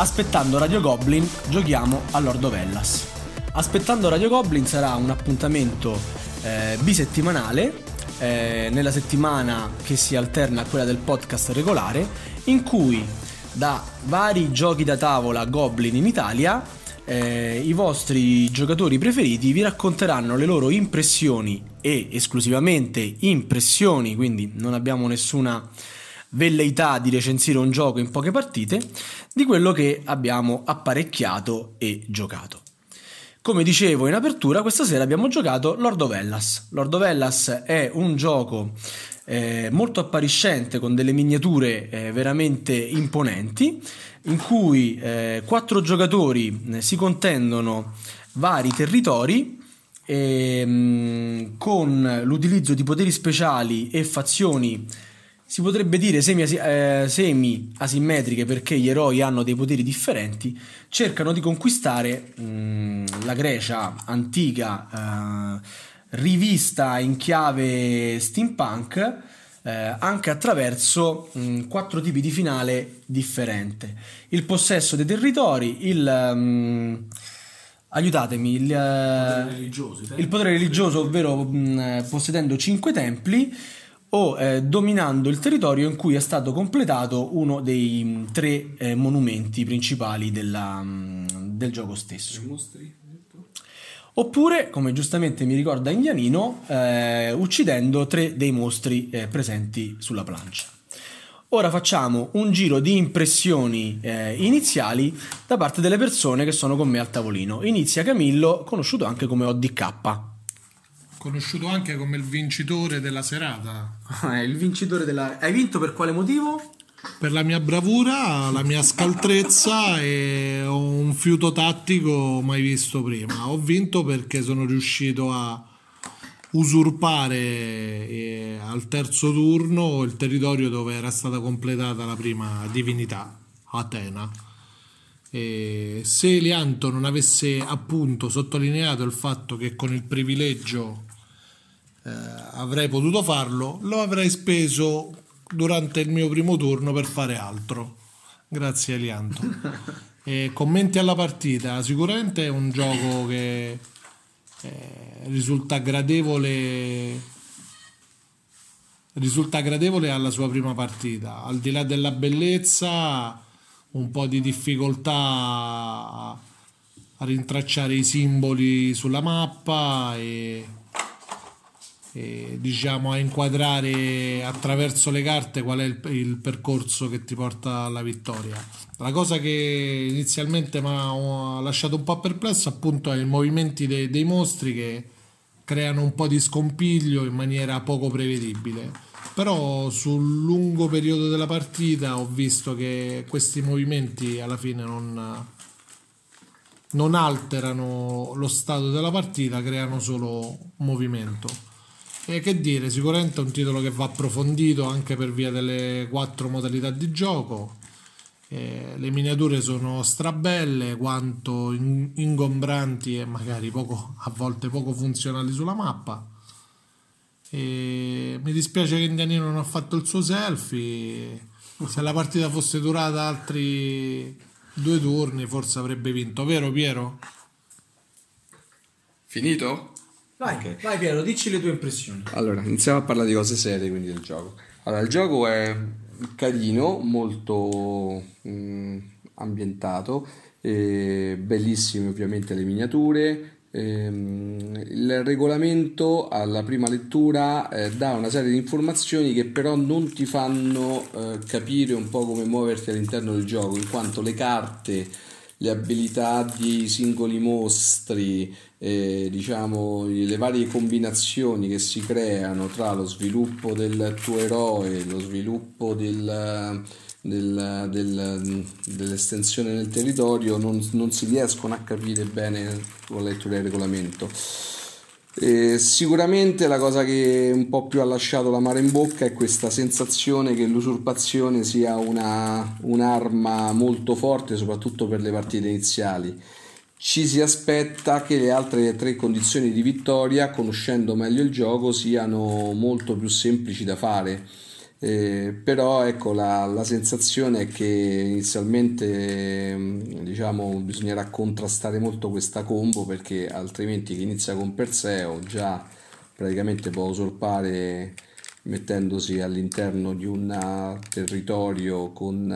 Aspettando Radio Goblin, giochiamo a Lord of Hellas. Aspettando Radio Goblin sarà un appuntamento bisettimanale, nella settimana che si alterna a quella del podcast regolare, in cui da vari giochi da tavola Goblin in Italia i vostri giocatori preferiti vi racconteranno le loro impressioni, e esclusivamente impressioni, quindi non abbiamo nessuna velleità di recensire un gioco in poche partite, di quello che abbiamo apparecchiato e giocato. Come dicevo in apertura, questa sera abbiamo giocato Lord of Hellas. Lord of Hellas è un gioco molto appariscente, con delle miniature veramente imponenti, in cui 4 giocatori si contendono vari territori con l'utilizzo di poteri speciali e fazioni, si potrebbe dire semi asimmetriche, perché gli eroi hanno dei poteri differenti. Cercano di conquistare la Grecia antica, rivista in chiave steampunk, anche attraverso 4 tipi di finale differente: il possesso dei territori, aiutatemi, il potere religioso, ovvero possedendo 5 templi, o dominando il territorio in cui è stato completato uno dei 3 monumenti principali del gioco stesso. Oppure, come giustamente mi ricorda Indianino, uccidendo 3 dei mostri presenti sulla plancia. Ora facciamo un giro di impressioni iniziali da parte delle persone che sono con me al tavolino. Inizia Camillo, conosciuto anche come ODK. Conosciuto anche come il vincitore della serata. Il vincitore della... Hai vinto per quale motivo? Per la mia bravura, la mia scaltrezza e un fiuto tattico mai visto prima. Ho vinto perché sono riuscito a usurpare al terzo turno il territorio dove era stata completata la prima divinità, Atena. E se Elianto non avesse appunto sottolineato il fatto che con il privilegio avrei potuto farlo, lo avrei speso durante il mio primo turno per fare altro. Grazie Elianto. E commenti alla partita. Sicuramente è un gioco che risulta gradevole alla sua prima partita, al di là della bellezza, un po' di difficoltà a rintracciare i simboli sulla mappa e diciamo a inquadrare attraverso le carte qual è il percorso che ti porta alla vittoria. La cosa che inizialmente mi ha lasciato un po' perplesso appunto è i movimenti dei mostri, che creano un po' di scompiglio in maniera poco prevedibile, però sul lungo periodo della partita ho visto che questi movimenti alla fine non alterano lo stato della partita, creano solo movimento. E che dire, sicuramente è un titolo che va approfondito anche per via delle 4 modalità di gioco. Le miniature sono strabelle quanto ingombranti e magari a volte poco funzionali sulla mappa. E mi dispiace che Indianino non ha fatto il suo selfie. Se la partita fosse durata altri 2 turni forse avrebbe vinto, vero Piero? Finito? Vai, Okay. Vai Piero, dici le tue impressioni. Allora, iniziamo a parlare di cose serie, quindi del gioco. Allora, il gioco è carino, molto ambientato, bellissime ovviamente le miniature. Il regolamento alla prima lettura dà una serie di informazioni che però non ti fanno capire un po' come muoverti all'interno del gioco, in quanto le carte, le abilità di singoli mostri, diciamo le varie combinazioni che si creano tra lo sviluppo del tuo eroe, lo sviluppo dell'estensione nel territorio non si riescono a capire bene con la lettura del regolamento. Sicuramente la cosa che un po' più ha lasciato l'amaro in bocca è questa sensazione che l'usurpazione sia un'arma molto forte, soprattutto per le partite iniziali. Ci si aspetta che le altre 3 condizioni di vittoria, conoscendo meglio il gioco, siano molto più semplici da fare. Però ecco la sensazione è che inizialmente diciamo bisognerà contrastare molto questa combo, perché altrimenti chi inizia con Perseo già praticamente può usurpare mettendosi all'interno di un territorio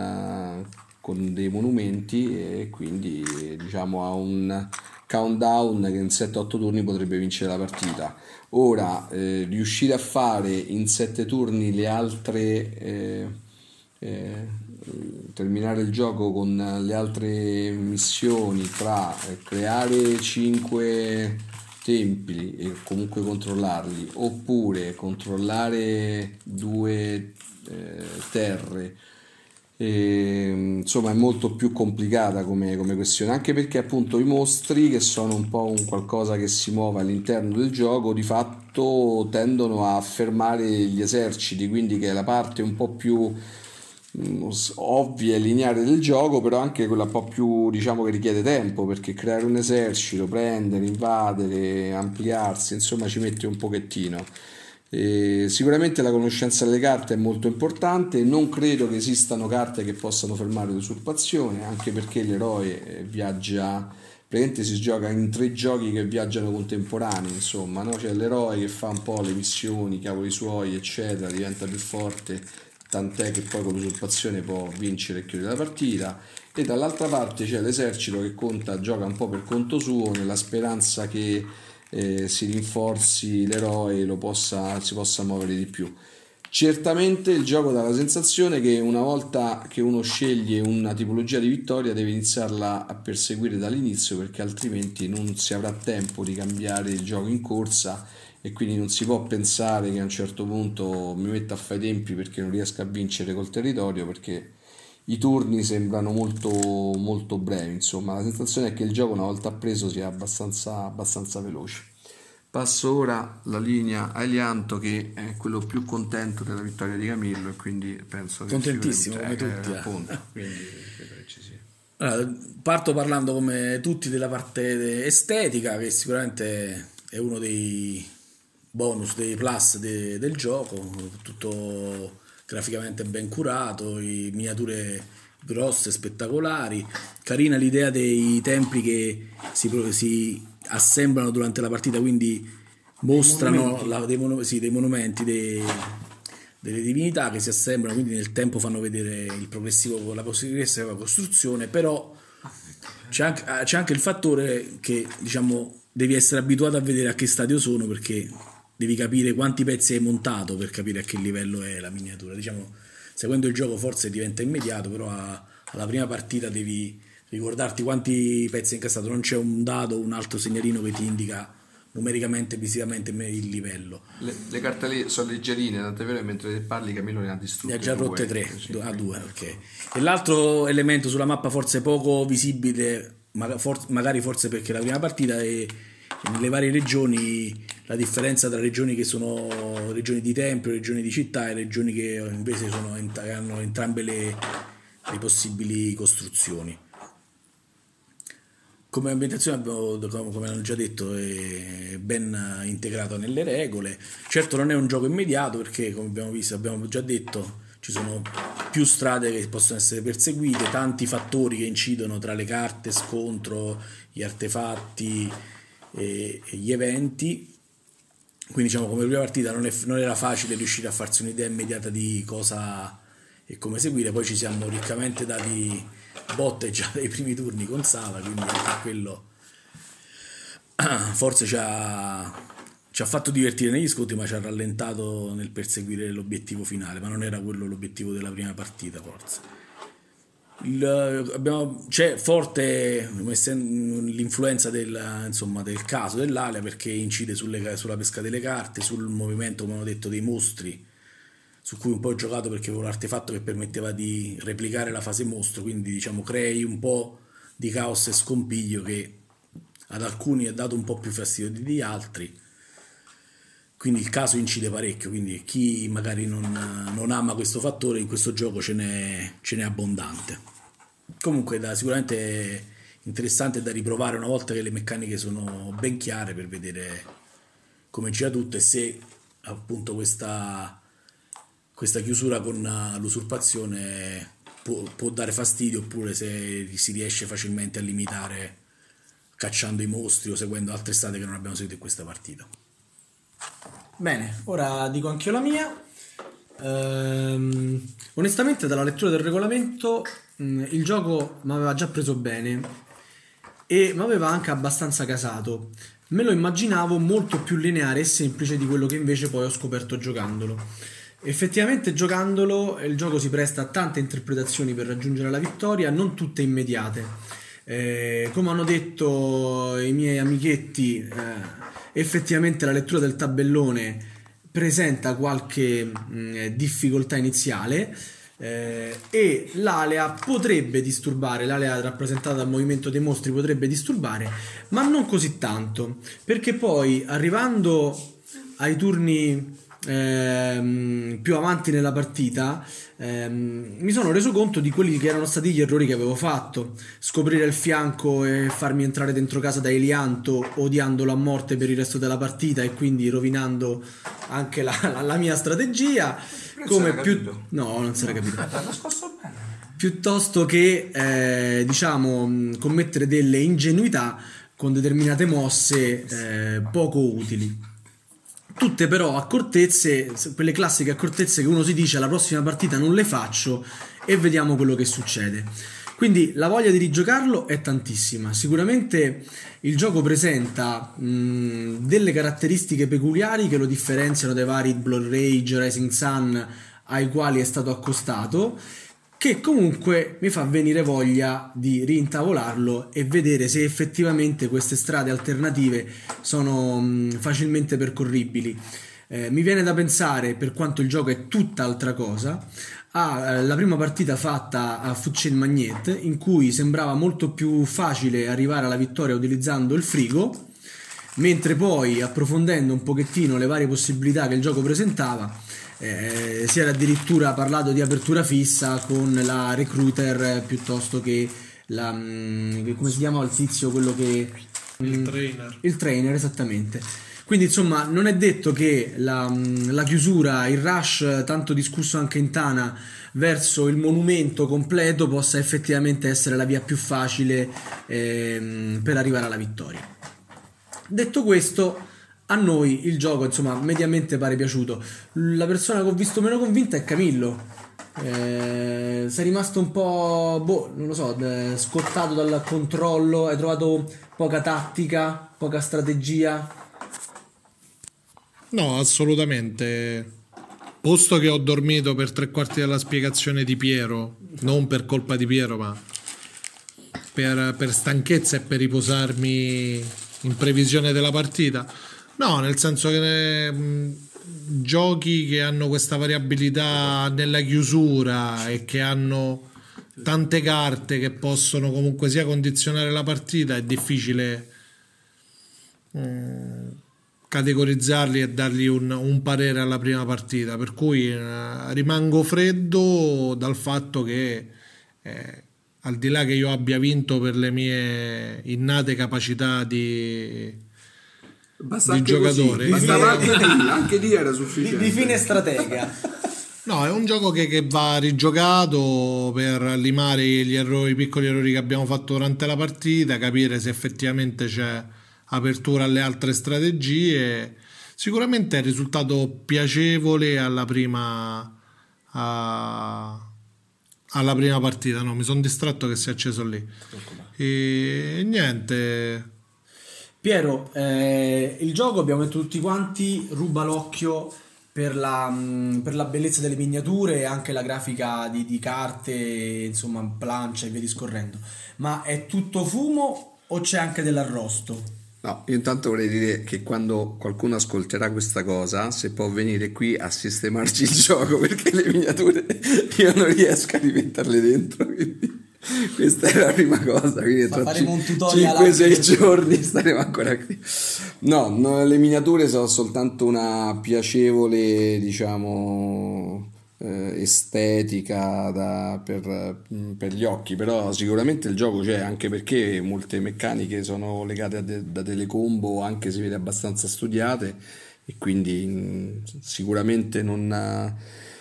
con dei monumenti, e quindi diciamo ha un countdown che in 7-8 turni potrebbe vincere la partita. Ora, riuscire a fare in 7 turni le altre, eh, terminare il gioco con le altre missioni, tra creare 5 templi e comunque controllarli, oppure controllare 2 terre, insomma è molto più complicata come questione, anche perché appunto i mostri, che sono un po' un qualcosa che si muove all'interno del gioco, di fatto tendono a fermare gli eserciti, quindi che è la parte un po' più ovvia e lineare del gioco, però anche quella un po' più, diciamo, che richiede tempo, perché creare un esercito, prendere, invadere, ampliarsi, insomma ci mette un pochettino. Sicuramente la conoscenza delle carte è molto importante. Non credo che esistano carte che possano fermare l'usurpazione, anche perché l'eroe viaggia, praticamente si gioca in 3 giochi che viaggiano contemporanei, insomma, no? C'è l'eroe che fa un po' le missioni, i cavoli suoi, eccetera, diventa più forte, tant'è che poi con l'usurpazione può vincere e chiudere la partita, e dall'altra parte c'è l'esercito che gioca un po' per conto suo, nella speranza che si rinforzi l'eroe e si possa muovere di più. Certamente il gioco dà la sensazione che una volta che uno sceglie una tipologia di vittoria deve iniziarla a perseguire dall'inizio, perché altrimenti non si avrà tempo di cambiare il gioco in corsa, e quindi non si può pensare che a un certo punto mi metta a fare i tempi perché non riesco a vincere col territorio, perché i turni sembrano molto, molto brevi. Insomma, la sensazione è che il gioco, una volta preso, sia abbastanza veloce. Passo ora la linea a Elianto, che è quello più contento della vittoria di Camillo, e quindi penso che contentissimo come tutti. appunto, quindi credo che ci sia. Allora, parto parlando come tutti della parte estetica, che sicuramente è uno dei bonus, dei plus del gioco. Tutto graficamente ben curato, miniature grosse, spettacolari, carina l'idea dei templi che si assemblano durante la partita, quindi mostrano dei monumenti, delle divinità che si assemblano, quindi nel tempo fanno vedere la progressiva costruzione. Però c'è anche il fattore che, diciamo, devi essere abituato a vedere a che stadio sono, perché devi capire quanti pezzi hai montato per capire a che livello è la miniatura. Diciamo, seguendo il gioco forse diventa immediato, però alla prima partita devi ricordarti quanti pezzi hai incassato. Non c'è un dado, un altro segnalino che ti indica numericamente, visivamente il livello. Le carte lì sono leggerine, tant'è vero che mentre parli Camillo ne ha distrutte, ne ha già rotte 3, sì, a 2, ok. E l'altro elemento sulla mappa forse poco visibile, magari forse perché la prima partita, è nelle varie regioni la differenza tra regioni che sono regioni di tempio, regioni di città, e regioni che invece hanno entrambe le possibili costruzioni. Come ambientazione, come hanno già detto, è ben integrato nelle regole. Certo non è un gioco immediato, perché come abbiamo visto, abbiamo già detto, ci sono più strade che possono essere perseguite, tanti fattori che incidono tra le carte, scontro, gli artefatti e gli eventi. Quindi, diciamo, come prima partita non era facile riuscire a farsi un'idea immediata di cosa e come seguire. Poi ci siamo riccamente dati botte già dai primi turni con Sava, quindi anche quello forse ci ha fatto divertire negli scontri, ma ci ha rallentato nel perseguire l'obiettivo finale. Ma non era quello l'obiettivo della prima partita, forse. C'è forte l'influenza del caso dell'Alia, perché incide sulla pesca delle carte, sul movimento, come ho detto, dei mostri, su cui un po' ho giocato perché avevo un artefatto che permetteva di replicare la fase mostro, quindi, diciamo, crei un po' di caos e scompiglio che ad alcuni ha dato un po' più fastidio di altri. Quindi il caso incide parecchio, quindi chi magari non ama questo fattore, in questo gioco ce n'è abbondante. Comunque sicuramente interessante da riprovare una volta che le meccaniche sono ben chiare, per vedere come gira tutto e se appunto questa questa chiusura con l'usurpazione può dare fastidio, oppure se si riesce facilmente a limitare cacciando i mostri o seguendo altre strade che non abbiamo seguito in questa partita. Bene, ora dico anch'io la mia. Onestamente dalla lettura del regolamento il gioco mi aveva già preso bene e mi aveva anche abbastanza casato. Me lo immaginavo molto più lineare e semplice di quello che invece poi ho scoperto giocandolo. Effettivamente giocandolo il gioco si presta a tante interpretazioni per raggiungere la vittoria, non tutte immediate. Come hanno detto i miei amichetti, effettivamente la lettura del tabellone presenta qualche difficoltà iniziale, e l'alea potrebbe disturbare, l'alea rappresentata dal movimento dei mostri potrebbe disturbare, ma non così tanto, perché poi arrivando ai turni più avanti nella partita mi sono reso conto di quelli che erano stati gli errori che avevo fatto: scoprire il fianco e farmi entrare dentro casa da Elianto, odiandolo a morte per il resto della partita e quindi rovinando anche la mia strategia. Come più... No, non si era capito. Piuttosto che diciamo commettere delle ingenuità con determinate mosse poco utili. Tutte però accortezze, quelle classiche accortezze che uno si dice alla prossima partita non le faccio e vediamo quello che succede. Quindi la voglia di rigiocarlo è tantissima. Sicuramente il gioco presenta delle caratteristiche peculiari che lo differenziano dai vari Blood Rage, Rising Sun ai quali è stato accostato, che comunque mi fa venire voglia di rintavolarlo e vedere se effettivamente queste strade alternative sono facilmente percorribili. Mi viene da pensare, per quanto il gioco è tutt'altra cosa, alla prima partita fatta a Fucil Magnet, in cui sembrava molto più facile arrivare alla vittoria utilizzando il frigo, mentre poi approfondendo un pochettino le varie possibilità che il gioco presentava, si era addirittura parlato di apertura fissa con la recruiter piuttosto che la come si chiama il tizio, quello che il trainer, esattamente. Quindi insomma non è detto che la chiusura, il rush tanto discusso anche in Tana verso il monumento completo possa effettivamente essere la via più facile per arrivare alla vittoria. Detto questo, a noi il gioco insomma mediamente pare piaciuto. La persona che ho visto meno convinta è Camillo. Sei rimasto un po' non lo so, scottato dal controllo, hai trovato poca tattica, poca strategia? No, assolutamente. Posto che ho dormito per 3/4 della spiegazione di Piero, non per colpa di Piero, ma per stanchezza e per riposarmi in previsione della partita. No, nel senso che giochi che hanno questa variabilità nella chiusura e che hanno tante carte che possono comunque sia condizionare la partita, è difficile categorizzarli e dargli un parere alla prima partita, per cui rimango freddo dal fatto che al di là che io abbia vinto per le mie innate capacità di giocatore, anche lì era sufficiente di fine stratega. No, è un gioco che va rigiocato per limare gli errori, i piccoli errori che abbiamo fatto durante la partita, capire se effettivamente c'è apertura alle altre strategie. Sicuramente è il risultato piacevole alla prima partita. No, mi sono distratto che si è acceso lì. E niente. Piero, il gioco, abbiamo detto tutti quanti, ruba l'occhio per la bellezza delle miniature e anche la grafica di carte, insomma, plancia e via discorrendo. Ma è tutto fumo o c'è anche dell'arrosto? No, io intanto vorrei dire che quando qualcuno ascolterà questa cosa, se può venire qui a sistemarci il gioco, perché le miniature io non riesco a rimetterle dentro, quindi questa è la prima cosa. Quindi tra faremo un tutorial 5-6 giorni staremo ancora qui. No, le miniature sono soltanto una piacevole, diciamo, estetica per gli occhi, però sicuramente il gioco c'è, anche perché molte meccaniche sono legate da delle combo, anche si vede abbastanza studiate, e quindi sicuramente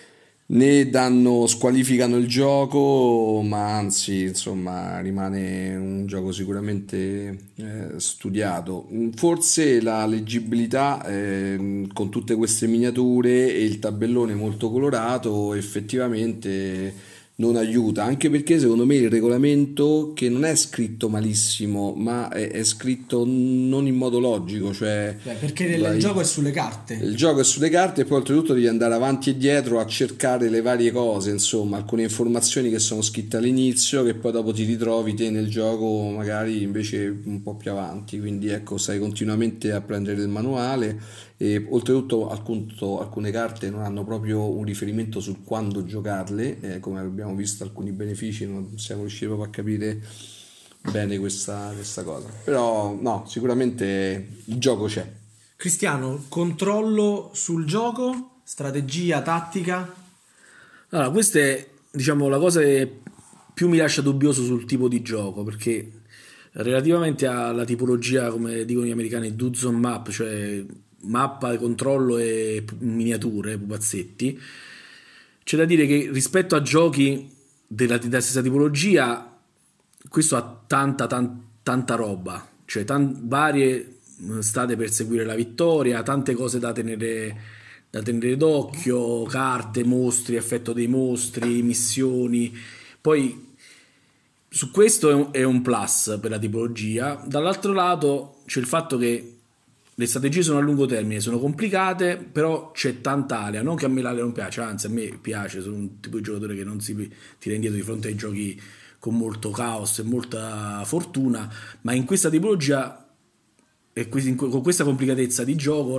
né squalificano il gioco, ma anzi, insomma, rimane un gioco sicuramente studiato. Forse la leggibilità, con tutte queste miniature e il tabellone molto colorato, effettivamente non aiuta, anche perché secondo me il regolamento, che non è scritto malissimo, ma è scritto non in modo logico, cioè Perché il gioco è sulle carte. il gioco è sulle carte e poi oltretutto devi andare avanti e dietro a cercare le varie cose, insomma, alcune informazioni che sono scritte all'inizio che poi dopo ti ritrovi te nel gioco magari invece un po' più avanti, quindi ecco, stai continuamente a prendere il manuale e oltretutto alcune carte non hanno proprio un riferimento sul quando giocarle, come abbiamo visto alcuni benefici non siamo riusciti proprio a capire bene questa cosa, però no, sicuramente il gioco c'è. Cristiano, controllo sul gioco, strategia, tattica. Allora, questa è, diciamo, la cosa che più mi lascia dubbioso sul tipo di gioco, perché relativamente alla tipologia, come dicono gli americani, do's on map, cioè mappa, controllo e miniature, pupazzetti, c'è da dire che rispetto a giochi della stessa tipologia, questo ha tanta roba, cioè varie strade per seguire la vittoria, tante cose da tenere d'occhio, carte, mostri, effetto dei mostri, missioni. Poi su questo è un plus per la tipologia. Dall'altro lato c'è il fatto che le strategie sono a lungo termine, sono complicate, però c'è tanta alia. Non che a me l'alia non piace, anzi a me piace, sono un tipo di giocatore che non si tira indietro di fronte ai giochi con molto caos e molta fortuna, ma in questa tipologia e con questa complicatezza di gioco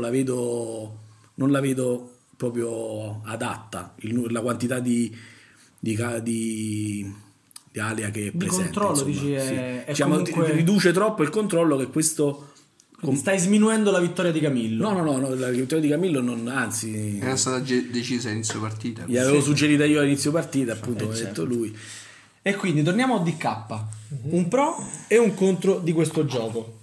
non la vedo proprio adatta, la quantità di alia che è Di presente, controllo, insomma, dici, sì. è Diciamo, comunque... riduce troppo il controllo che questo... Stai sminuendo la vittoria di Camillo. No, la vittoria di Camillo anzi... Era stata decisa a inizio partita. Gli avevo suggerita io all'inizio partita, appunto, come ha certo. detto lui. E quindi torniamo a DK, un pro e un contro di questo gioco.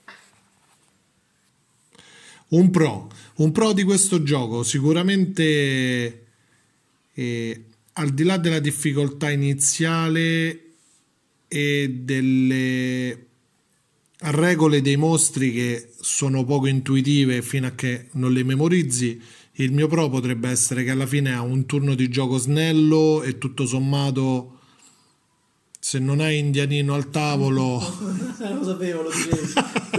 Un pro di questo gioco sicuramente, al di là della difficoltà iniziale e delle regole dei mostri che sono poco intuitive fino a che non le memorizzi, il mio pro potrebbe essere che alla fine ha un turno di gioco snello e tutto sommato, se non hai indianino al tavolo Lo sapevo, lo dicevo.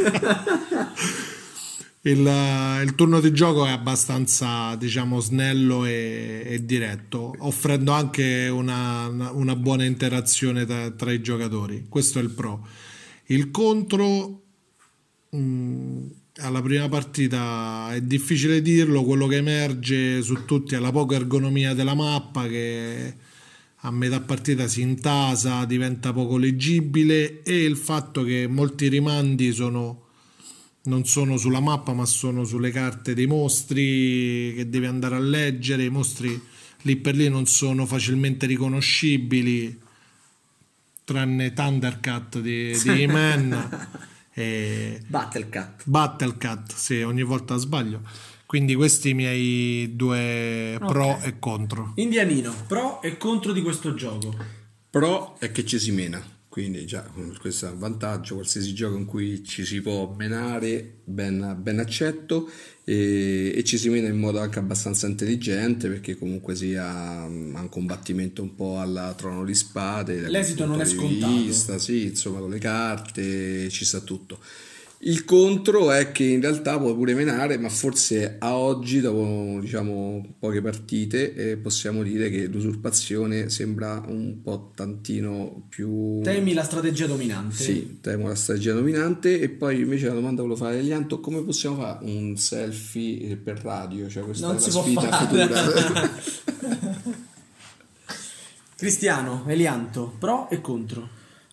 il turno di gioco è abbastanza, diciamo, snello e diretto, offrendo anche una buona interazione tra i giocatori. Questo è il pro. Il contro, alla prima partita è difficile dirlo, quello che emerge su tutti è la poca ergonomia della mappa, che a metà partita si intasa, diventa poco leggibile, e il fatto che molti rimandi non sono sulla mappa ma sono sulle carte dei mostri che devi andare a leggere. I mostri lì per lì non sono facilmente riconoscibili, tranne Thundercat di He-Man e Battlecat, sì, ogni volta sbaglio. Quindi questi i miei due pro e contro. Indianino, pro e contro di questo gioco. Pro è che ci si mena, quindi già questo è un vantaggio. Qualsiasi gioco in cui ci si può menare ben accetto, e ci si mena in modo anche abbastanza intelligente, perché comunque sia un combattimento un po' alla Trono di Spade, l'esito non è scontato, vista, sì, insomma, con le carte ci sta tutto. Il contro è che in realtà puoi pure menare, ma forse a oggi, dopo diciamo poche partite, possiamo dire che l'usurpazione sembra un po' tantino più... Temi la strategia dominante? Sì, temo la strategia dominante. E poi invece la domanda volevo fare a Elianto: come possiamo fare un selfie per radio? Cioè questa non è si la può sfida fare. futura. Cristiano, Elianto, pro e contro.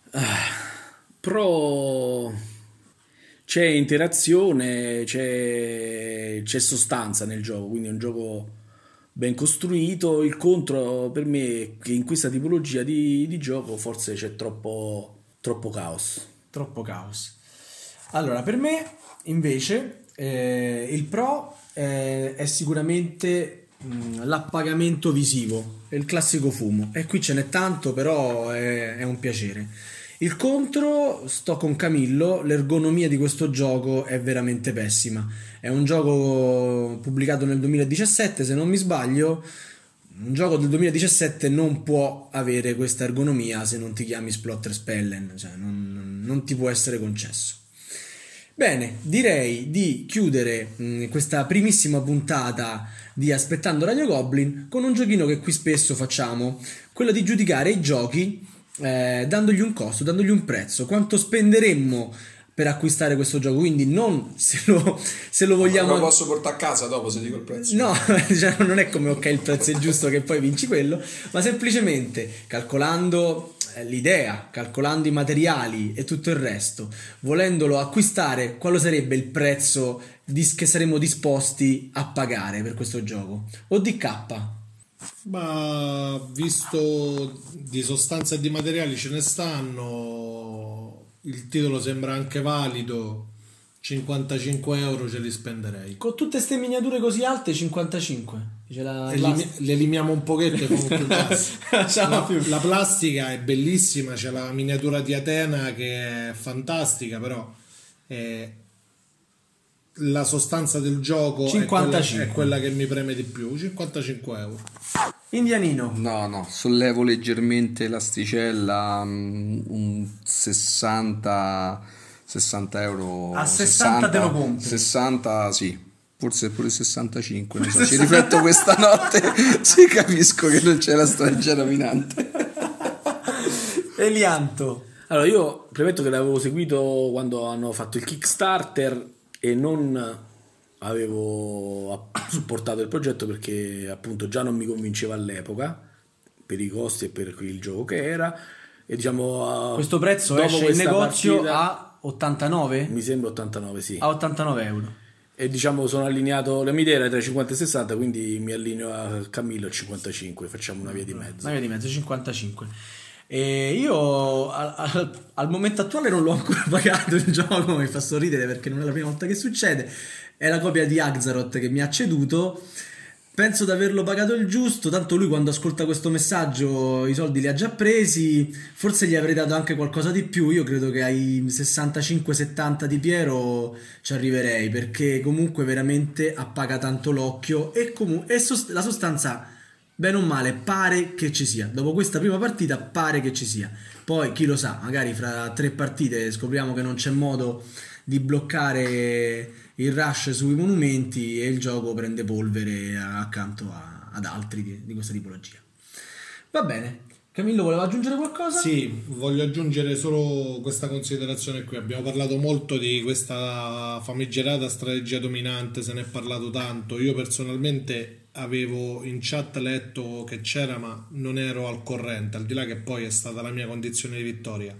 Pro... c'è interazione, c'è sostanza nel gioco, quindi è un gioco ben costruito. Il contro per me è che in questa tipologia di gioco forse c'è troppo caos. Troppo caos. Allora, per me invece il pro è sicuramente l'appagamento visivo, è il classico fumo, e qui ce n'è tanto, però è un piacere. Il contro, sto con Camillo, l'ergonomia di questo gioco è veramente pessima. È un gioco pubblicato nel 2017, se non mi sbaglio. Un gioco del 2017 non può avere questa ergonomia se non ti chiami Splotter Spellen, cioè non ti può essere concesso. Bene, direi di chiudere questa primissima puntata di Aspettando Radio Goblin con un giochino che qui spesso facciamo, quello di giudicare i giochi dandogli un costo, dandogli un prezzo, quanto spenderemmo per acquistare questo gioco, quindi non se lo vogliamo. Ma lo posso portare a casa dopo se dico il prezzo? No, cioè non è come ok il prezzo è giusto che poi vinci quello, ma semplicemente calcolando l'idea, calcolando i materiali e tutto il resto, volendolo acquistare, quale sarebbe il prezzo che saremmo disposti a pagare per questo gioco? ODK? Ma visto di sostanza e di materiali ce ne stanno, il titolo sembra anche valido, 55 euro ce li spenderei. Con tutte ste miniature così alte, 55? Le eliminiamo un pochetto con la plastica è bellissima, c'è la miniatura di Atena che è fantastica, però la sostanza del gioco è quella che mi preme di più. 55 euro. Indianino? No, sollevo leggermente l'asticella, un 60 euro. A 60 te lo compri? 60 sì, forse pure 65, non so, ci rifletto questa notte, sì, capisco che non c'è la strategia dominante. Elianto? Allora, io premetto che l'avevo seguito quando hanno fatto il Kickstarter e non avevo supportato il progetto perché appunto già non mi convinceva all'epoca per i costi e per il gioco che era, e diciamo questo prezzo esce in negozio a 89? Mi sembra 89, sì, a 89 euro, e diciamo sono allineato, la mia idea era tra i 50 e 60, quindi mi allineo a Camillo a 55, facciamo una via di mezzo. 55. E io al momento attuale non l'ho ancora pagato il gioco, mi fa sorridere perché non è la prima volta che succede. È la copia di Axaroth che mi ha ceduto. Penso di averlo pagato il giusto, tanto lui quando ascolta questo messaggio i soldi li ha già presi, forse gli avrei dato anche qualcosa di più. Io credo che ai 65-70 di Piero ci arriverei, perché comunque veramente appaga tanto l'occhio e la sostanza, bene o male, pare che ci sia. Dopo questa prima partita pare che ci sia. Poi chi lo sa, magari fra 3 partite scopriamo che non c'è modo di bloccare il rush sui monumenti e il gioco prende polvere accanto ad altri di questa tipologia. Va bene. Camillo voleva aggiungere qualcosa? Sì, voglio aggiungere solo questa considerazione qui. Abbiamo parlato molto di questa famigerata strategia dominante, se ne è parlato tanto. Io personalmente avevo in chat letto che c'era, ma non ero al corrente, al di là che poi è stata la mia condizione di vittoria.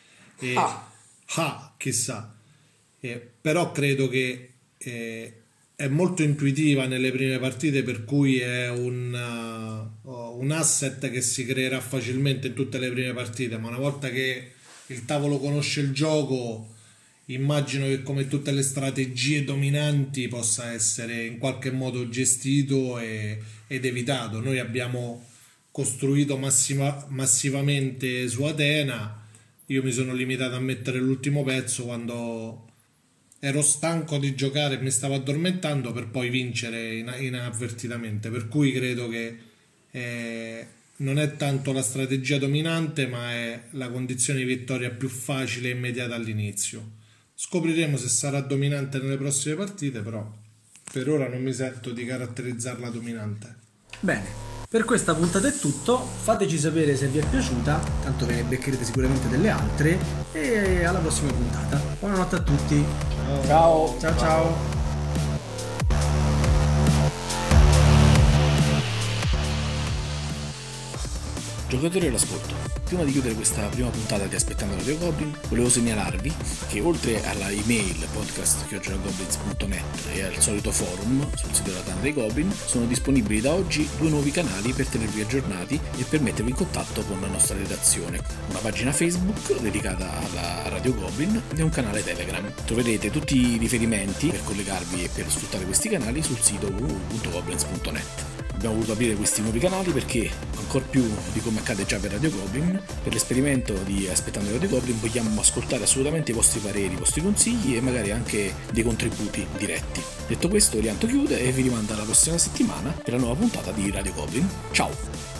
Chissà. Però credo che è molto intuitiva nelle prime partite, per cui è un asset che si creerà facilmente in tutte le prime partite, ma una volta che il tavolo conosce il gioco, immagino che come tutte le strategie dominanti possa essere in qualche modo gestito ed evitato. Noi abbiamo costruito massivamente su Atena. Io mi sono limitato a mettere l'ultimo pezzo quando ero stanco di giocare e mi stavo addormentando, per poi vincere inavvertitamente, per cui credo che non è tanto la strategia dominante, ma è la condizione di vittoria più facile e immediata all'inizio. Scopriremo se sarà dominante nelle prossime partite, però per ora non mi sento di caratterizzarla dominante. Bene, per questa puntata è tutto. Fateci sapere se vi è piaciuta, tanto ve ne beccherete sicuramente delle altre, e alla prossima puntata. Buonanotte a tutti. Ciao. Giocatori all'ascolto, prima di chiudere questa prima puntata di Aspettando Radio Goblin, volevo segnalarvi che oltre alla email podcast@goblins.net e al solito forum sul sito della Tana dei Goblin, sono disponibili da oggi 2 nuovi canali per tenervi aggiornati e per mettervi in contatto con la nostra redazione: una pagina Facebook dedicata alla Radio Goblin e un canale Telegram. Troverete tutti i riferimenti per collegarvi e per sfruttare questi canali sul sito www.goblins.net. Abbiamo voluto aprire questi nuovi canali perché, ancor più di come accade già per Radio Goblin, per l'esperimento di Aspettando Radio Goblin vogliamo ascoltare assolutamente i vostri pareri, i vostri consigli e magari anche dei contributi diretti. Detto questo, Elianto chiude e vi rimanda alla prossima settimana per la nuova puntata di Radio Goblin. Ciao!